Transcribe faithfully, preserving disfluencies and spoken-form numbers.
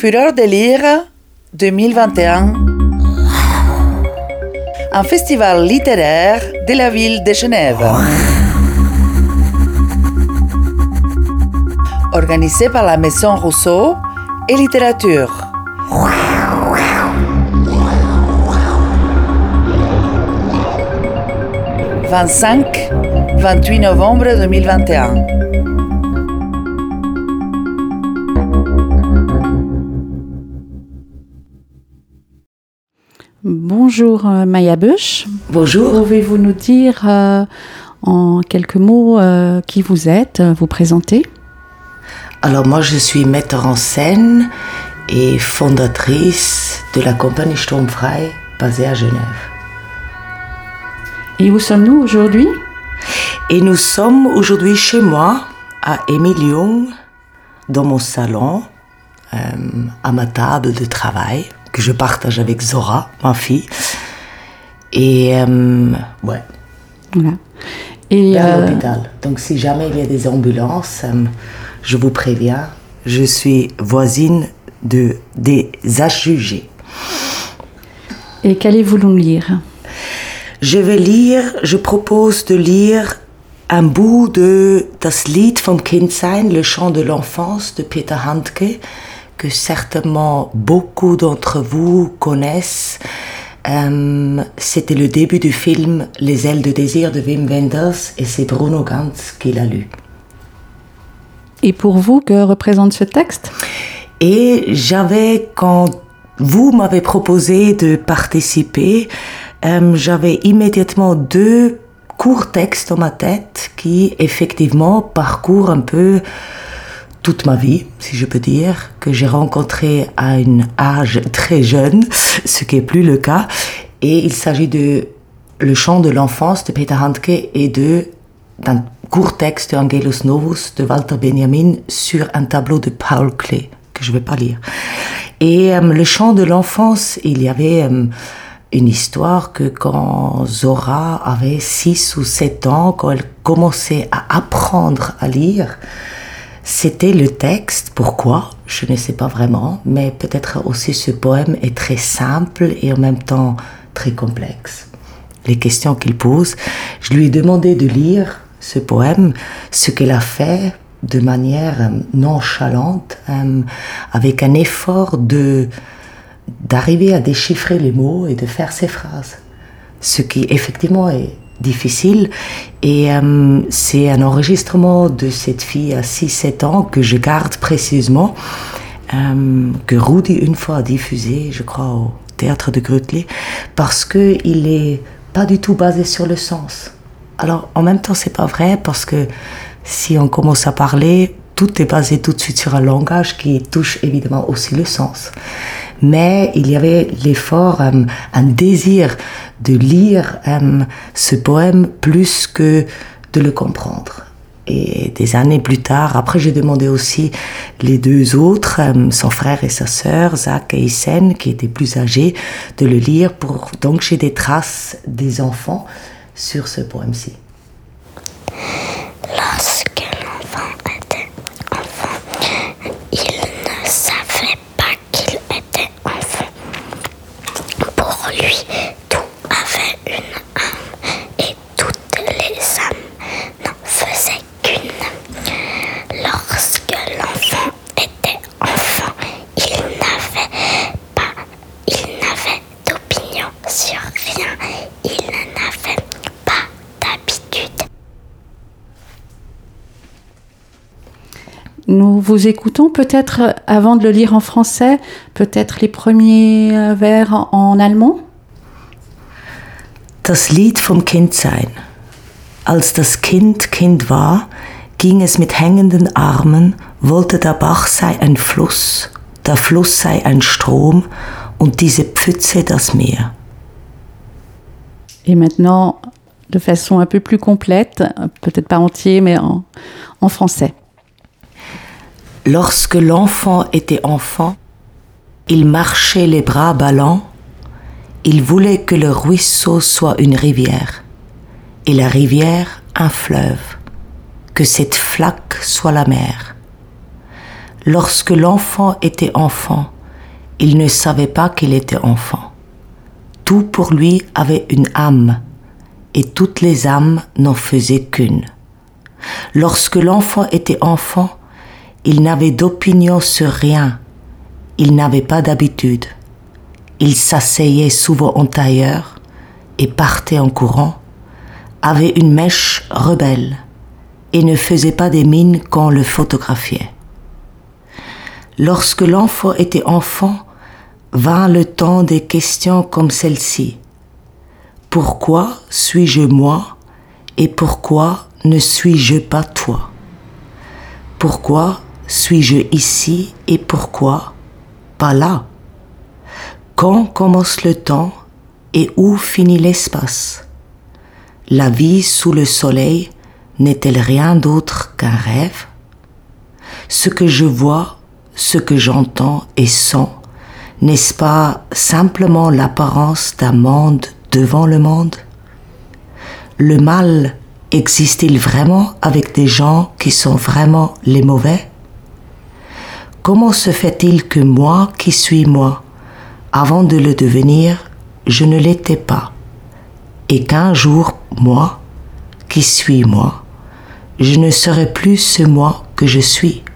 Fureur de Lire deux mille vingt et un, un festival littéraire de la ville de Genève. Organisé par la Maison Rousseau et Littérature. vingt-cinq à vingt-huit novembre deux mille vingt et un. Bonjour Maya Bush. Bonjour. Pouvez-vous nous dire euh, en quelques mots euh, qui vous êtes, vous présenter? Alors moi je suis metteur en scène et fondatrice de la compagnie Sturmfrei basée à Genève. Et où sommes-nous aujourd'hui? Et nous sommes aujourd'hui chez moi, à Émile Young, dans mon salon, euh, à ma table de travail, que je partage avec Zora, ma fille. Et euh, ouais. Voilà. Et vers euh... l'hôpital. Donc si jamais il y a des ambulances, euh, je vous préviens, je suis voisine de, des adjugés. Et qu'allez-vous nous lire? Je vais lire, je propose de lire un bout de Das Lied vom Kindsein, le chant de l'enfance de Peter Handke, que certainement beaucoup d'entre vous connaissent. Euh, c'était le début du film Les ailes de désir de Wim Wenders et c'est Bruno Ganz qui l'a lu. Et pour vous, que représente ce texte? Et j'avais, quand vous m'avez proposé de participer, euh, j'avais immédiatement deux courts textes dans ma tête qui, effectivement, parcourent un peu toute ma vie, si je peux dire, que j'ai rencontré à un âge très jeune, ce qui n'est plus le cas. Et il s'agit de Le chant de l'enfance de Peter Handke et de d'un court texte de Angelus Novus de Walter Benjamin sur un tableau de Paul Klee, que je ne vais pas lire. Et euh, le chant de l'enfance, il y avait euh, une histoire que quand Zora avait six ou sept ans, quand elle commençait à apprendre à lire, c'était le texte. Pourquoi? Je ne sais pas vraiment, mais peut-être aussi ce poème est très simple et en même temps très complexe. Les questions qu'il pose, je lui ai demandé de lire ce poème, ce qu'elle a fait de manière nonchalante, euh, avec un effort de, d'arriver à déchiffrer les mots et de faire ses phrases. Ce qui effectivement est difficile. Et euh, c'est un enregistrement de cette fille à six sept ans que je garde précisément, euh, que Rudi une fois a diffusé, je crois, au théâtre de Grütli, parce qu'il n'est pas du tout basé sur le sens. Alors, en même temps, c'est pas vrai, parce que si on commence à parler, tout est basé tout de suite sur un langage qui touche évidemment aussi le sens. Mais il y avait l'effort, euh, un désir de lire euh, ce poème plus que de le comprendre. Et des années plus tard, après j'ai demandé aussi les deux autres, euh, son frère et sa sœur, Zach et Isen, qui étaient plus âgés, de le lire. Pour... Donc j'ai des traces des enfants sur ce poème-ci. Lorsque l'enfant était enfant, il ne savait pas qu'il était enfant. Pour lui, tout avait une âme et toutes les âmes n'en faisaient qu'une. Lorsque l'enfant était enfant, il n'avait pas, il n'avait d'opinion sur rien, il n'avait pas d'habitude. Nous vous écoutons peut-être, avant de le lire en français, peut-être les premiers vers en allemand. Das Lied vom Kindsein. Als das Kind Kind war, ging es mit hängenden Armen, wollte der Bach sei ein Fluss, der Fluss sei ein Strom und diese Pfütze das Meer. Et maintenant, de façon un peu plus complète, peut-être pas entier, mais en, en français. Lorsque l'enfant était enfant, il marchait les bras ballants, il voulait que le ruisseau soit une rivière, et la rivière un fleuve, que cette flaque soit la mer. Lorsque l'enfant était enfant, Il ne savait pas qu'il était enfant. Tout pour lui avait une âme, et toutes les âmes n'en faisaient qu'une. Lorsque l'enfant était enfant, il n'avait d'opinion sur rien, il n'avait pas d'habitude. Il s'asseyait souvent en tailleur et partait en courant, avait une mèche rebelle et ne faisait pas des mines quand on le photographiait. Lorsque l'enfant était enfant, vint le temps des questions comme celle-ci. Pourquoi suis-je moi et pourquoi ne suis-je pas toi? Pourquoi suis-je ici et pourquoi pas là? Quand commence le temps et où finit l'espace? La vie sous le soleil n'est-elle rien d'autre qu'un rêve? Ce que je vois, ce que j'entends et sens, n'est-ce pas simplement l'apparence d'un monde devant le monde? Le mal existe-t-il vraiment avec des gens qui sont vraiment les mauvais? Comment se fait-il que moi qui suis moi, avant de le devenir, je ne l'étais pas, et qu'un jour, moi, qui suis moi, je ne serai plus ce moi que je suis?